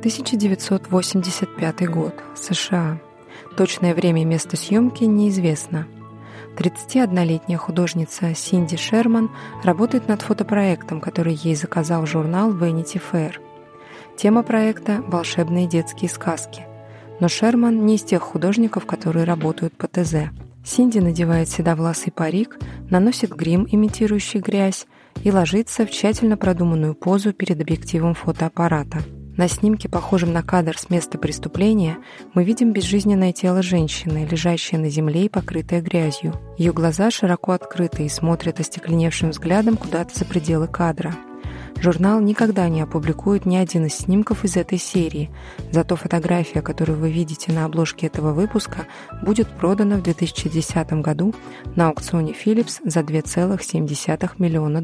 1985 год. США. Точное время и место съемки неизвестно. 31-летняя художница Синди Шерман работает над фотопроектом, который ей заказал журнал Vanity Fair. Тема проекта – волшебные детские сказки. Но Шерман не из тех художников, которые работают по ТЗ. Синди надевает седовласый парик, наносит грим, имитирующий грязь, и ложится в тщательно продуманную позу перед объективом фотоаппарата. На снимке, похожем на кадр с места преступления, мы видим безжизненное тело женщины, лежащее на земле и покрытое грязью. Ее глаза широко открыты и смотрят остекленевшим взглядом куда-то за пределы кадра. Журнал никогда не опубликует ни один из снимков из этой серии, зато фотография, которую вы видите на обложке этого выпуска, будет продана в 2010 году на аукционе Phillips за $2,7 миллиона.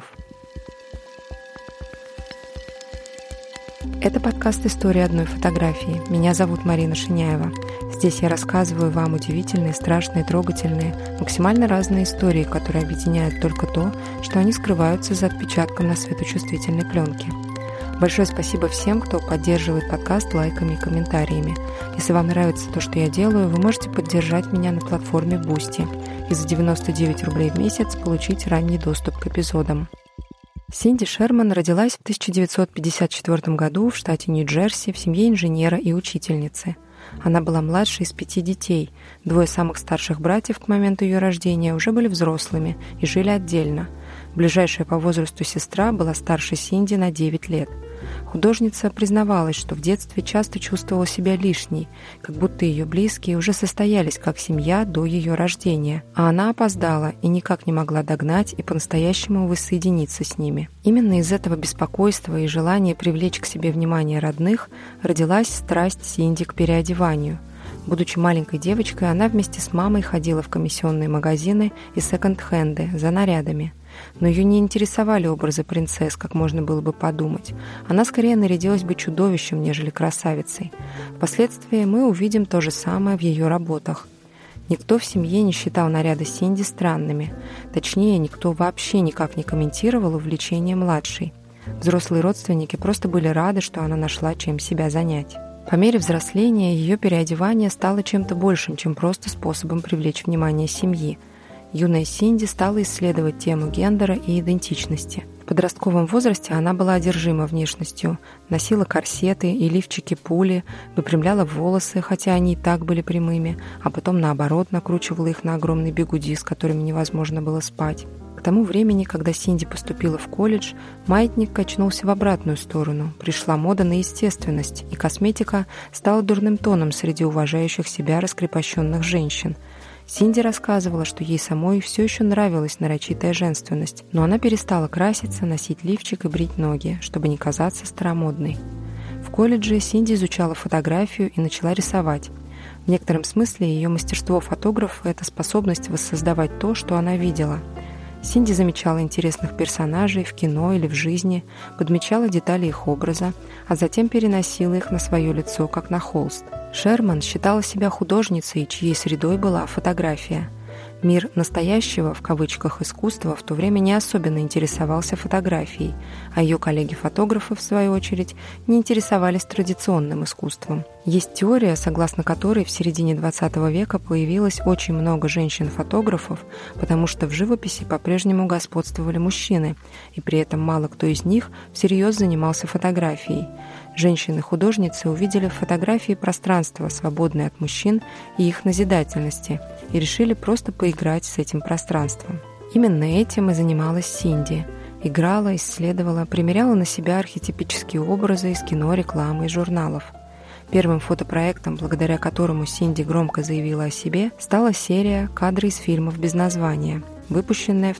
Это подкаст «История одной фотографии». Меня зовут Марина Шиняева. Здесь я рассказываю вам удивительные, страшные, трогательные, максимально разные истории, которые объединяют только то, что они скрываются за отпечатком на светочувствительной пленке. Большое спасибо всем, кто поддерживает подкаст лайками и комментариями. Если вам нравится то, что я делаю, вы можете поддержать меня на платформе Boosty и за 99 рублей в месяц получить ранний доступ к эпизодам. Синди Шерман родилась в 1954 году в штате Нью-Джерси в семье инженера и учительницы. Она была младшей из 5 детей. 2 самых старших братьев к моменту ее рождения уже были взрослыми и жили отдельно. Ближайшая по возрасту сестра была старше Синди на 9 лет. Художница признавалась, что в детстве часто чувствовала себя лишней, как будто ее близкие уже состоялись как семья до ее рождения, а она опоздала и никак не могла догнать и по-настоящему воссоединиться с ними. Именно из этого беспокойства и желания привлечь к себе внимание родных родилась страсть Синди к переодеванию. Будучи маленькой девочкой, она вместе с мамой ходила в комиссионные магазины и секонд-хенды за нарядами. Но ее не интересовали образы принцесс, как можно было бы подумать. Она скорее нарядилась бы чудовищем, нежели красавицей. Впоследствии мы увидим то же самое в ее работах. Никто в семье не считал наряды Синди странными. Точнее, никто вообще никак не комментировал увлечение младшей. Взрослые родственники просто были рады, что она нашла чем себя занять. По мере взросления ее переодевание стало чем-то большим, чем просто способом привлечь внимание семьи. Юная Синди стала исследовать тему гендера и идентичности. В подростковом возрасте она была одержима внешностью, носила корсеты и лифчики-пули, выпрямляла волосы, хотя они и так были прямыми, а потом, наоборот, накручивала их на огромные бигуди, с которыми невозможно было спать. К тому времени, когда Синди поступила в колледж, маятник качнулся в обратную сторону. Пришла мода на естественность, и косметика стала дурным тоном среди уважающих себя раскрепощенных женщин. Синди рассказывала, что ей самой все еще нравилась нарочитая женственность, но она перестала краситься, носить лифчик и брить ноги, чтобы не казаться старомодной. В колледже Синди изучала фотографию и начала рисовать. В некотором смысле ее мастерство фотографа – это способность воссоздавать то, что она видела. Синди замечала интересных персонажей в кино или в жизни, подмечала детали их образа, а затем переносила их на свое лицо, как на холст. Шерман считала себя художницей, чьей средой была фотография. Мир «настоящего» в кавычках искусства в то время не особенно интересовался фотографией, а ее коллеги-фотографы, в свою очередь, не интересовались традиционным искусством. Есть теория, согласно которой в середине XX века появилось очень много женщин-фотографов, потому что в живописи по-прежнему господствовали мужчины, и при этом мало кто из них всерьез занимался фотографией. Женщины-художницы увидели в фотографии пространство, свободное от мужчин и их назидательности, и решили просто поиграть с этим пространством. Именно этим и занималась Синди. Играла, исследовала, примеряла на себя архетипические образы из кино, рекламы и журналов. Первым фотопроектом, благодаря которому Синди громко заявила о себе, стала серия «Кадры из фильмов без названия», выпущенная в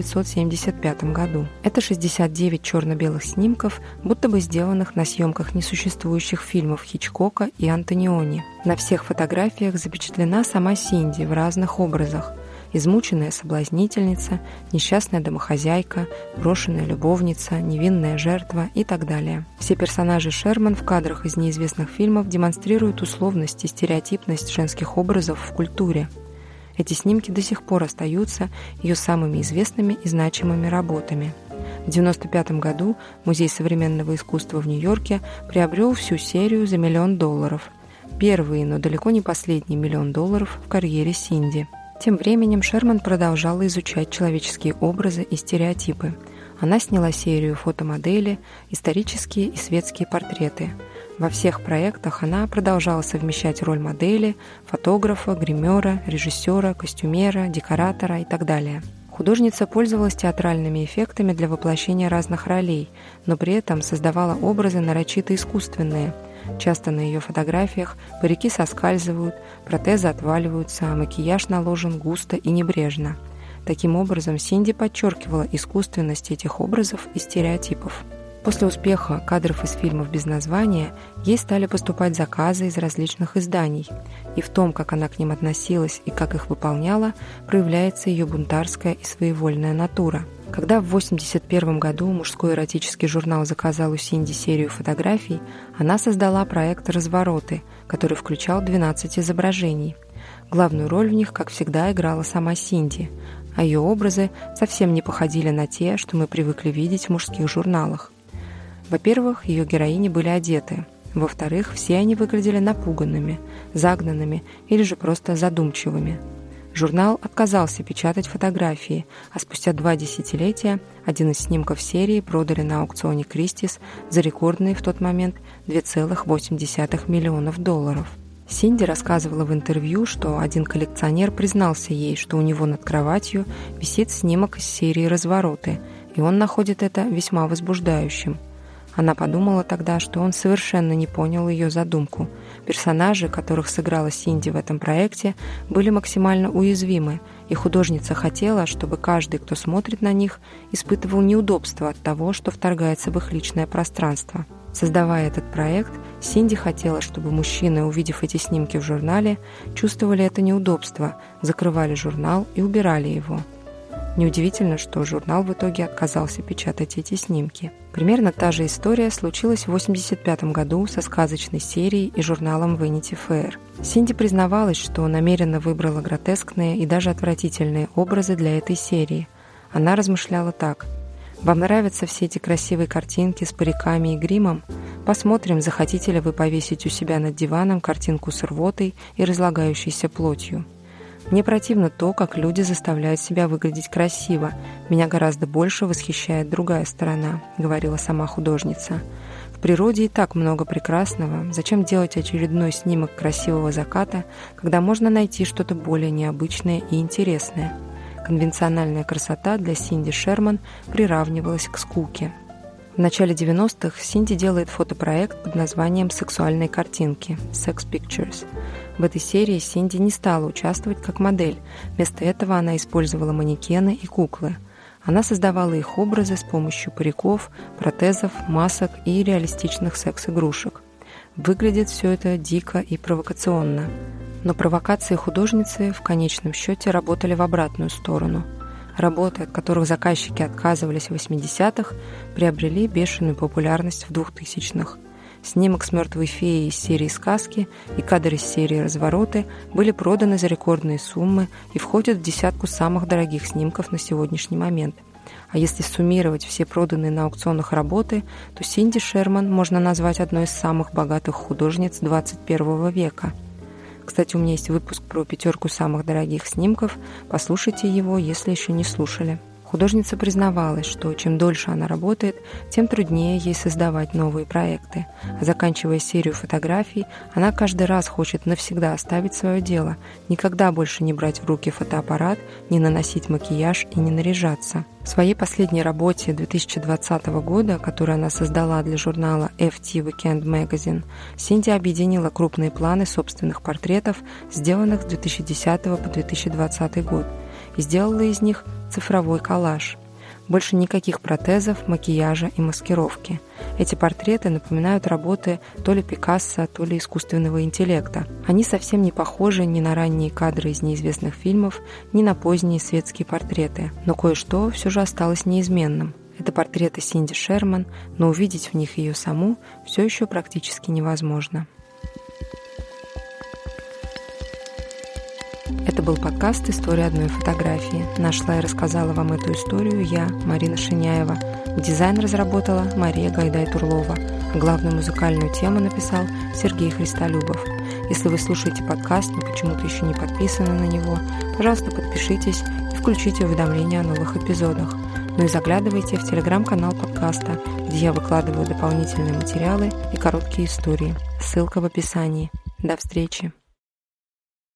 1975 году. Это 69 черно-белых снимков, будто бы сделанных на съемках несуществующих фильмов Хичкока и Антониони. На всех фотографиях запечатлена сама Синди в разных образах. Измученная соблазнительница, несчастная домохозяйка, брошенная любовница, невинная жертва и так далее. Все персонажи Шерман в кадрах из неизвестных фильмов демонстрируют условность и стереотипность женских образов в культуре. Эти снимки до сих пор остаются ее самыми известными и значимыми работами. В 1995 году Музей современного искусства в Нью-Йорке приобрел всю серию за $1 миллион. Первый, но далеко не последний $1 миллион в карьере Синди. Тем временем Шерман продолжала изучать человеческие образы и стереотипы. Она сняла серию фотомодели, исторические и светские портреты. Во всех проектах она продолжала совмещать роль модели, фотографа, гримера, режиссера, костюмера, декоратора и так далее. Художница пользовалась театральными эффектами для воплощения разных ролей, но при этом создавала образы нарочито искусственные. Часто на ее фотографиях парики соскальзывают, протезы отваливаются, а макияж наложен густо и небрежно. Таким образом, Синди подчеркивала искусственность этих образов и стереотипов. После успеха кадров из фильмов без названия ей стали поступать заказы из различных изданий, и в том, как она к ним относилась и как их выполняла, проявляется ее бунтарская и своевольная натура. Когда в 1981 году мужской эротический журнал заказал у Синди серию фотографий, она создала проект «Развороты», который включал 12 изображений. Главную роль в них, как всегда, играла сама Синди, а ее образы совсем не походили на те, что мы привыкли видеть в мужских журналах. Во-первых, ее героини были одеты. Во-вторых, все они выглядели напуганными, загнанными или же просто задумчивыми. Журнал отказался печатать фотографии, а спустя 2 десятилетия один из снимков серии продали на аукционе Кристис за рекордные в тот момент $2,8 миллиона. Синди рассказывала в интервью, что один коллекционер признался ей, что у него над кроватью висит снимок из серии «Развороты», и он находит это весьма возбуждающим. Она подумала тогда, что он совершенно не понял ее задумку. Персонажи, которых сыграла Синди в этом проекте, были максимально уязвимы, и художница хотела, чтобы каждый, кто смотрит на них, испытывал неудобство от того, что вторгается в их личное пространство. Создавая этот проект, Синди хотела, чтобы мужчины, увидев эти снимки в журнале, чувствовали это неудобство, закрывали журнал и убирали его. Неудивительно, что журнал в итоге отказался печатать эти снимки. Примерно та же история случилась в 1985 году со сказочной серией и журналом Vanity Fair. Синди признавалась, что намеренно выбрала гротескные и даже отвратительные образы для этой серии. Она размышляла так: «Вам нравятся все эти красивые картинки с париками и гримом? Посмотрим, захотите ли вы повесить у себя над диваном картинку с рвотой и разлагающейся плотью. Мне противно то, как люди заставляют себя выглядеть красиво. Меня гораздо больше восхищает другая сторона», — говорила сама художница. «В природе и так много прекрасного. Зачем делать очередной снимок красивого заката, когда можно найти что-то более необычное и интересное?» Конвенциональная красота для Синди Шерман приравнивалась к скуке. В начале 90-х Синди делает фотопроект под названием «Сексуальные картинки» – «Sex Pictures». В этой серии Синди не стала участвовать как модель, вместо этого она использовала манекены и куклы. Она создавала их образы с помощью париков, протезов, масок и реалистичных секс-игрушек. Выглядит все это дико и провокационно. Но провокации художницы в конечном счете работали в обратную сторону. Работы, от которых заказчики отказывались в 80-х, приобрели бешеную популярность в 2000-х. Снимок с мертвой феей из серии «Сказки» и кадр из серии «Развороты» были проданы за рекордные суммы и входят в десятку самых дорогих снимков на сегодняшний момент. А если суммировать все проданные на аукционах работы, то Синди Шерман можно назвать одной из самых богатых художниц 21 века. Кстати, у меня есть выпуск про 5 самых дорогих снимков, послушайте его, если еще не слушали. Художница признавалась, что чем дольше она работает, тем труднее ей создавать новые проекты. А заканчивая серию фотографий, она каждый раз хочет навсегда оставить свое дело, никогда больше не брать в руки фотоаппарат, не наносить макияж и не наряжаться. В своей последней работе 2020 года, которую она создала для журнала FT Weekend Magazine, Синди объединила крупные планы собственных портретов, сделанных с 2010 по 2020 год, и сделала из них цифровой коллаж. Больше никаких протезов, макияжа и маскировки. Эти портреты напоминают работы то ли Пикассо, то ли искусственного интеллекта. Они совсем не похожи ни на ранние кадры из неизвестных фильмов, ни на поздние светские портреты. Но кое-что все же осталось неизменным. Это портреты Синди Шерман, но увидеть в них ее саму все еще практически невозможно. Это был подкаст «История одной фотографии». Нашла и рассказала вам эту историю я, Марина Шиняева. Дизайн разработала Мария Гайдай-Турлова. Главную музыкальную тему написал Сергей Христолюбов. Если вы слушаете подкаст, но почему-то еще не подписаны на него, пожалуйста, подпишитесь и включите уведомления о новых эпизодах. Ну и заглядывайте в телеграм-канал подкаста, где я выкладываю дополнительные материалы и короткие истории. Ссылка в описании. До встречи!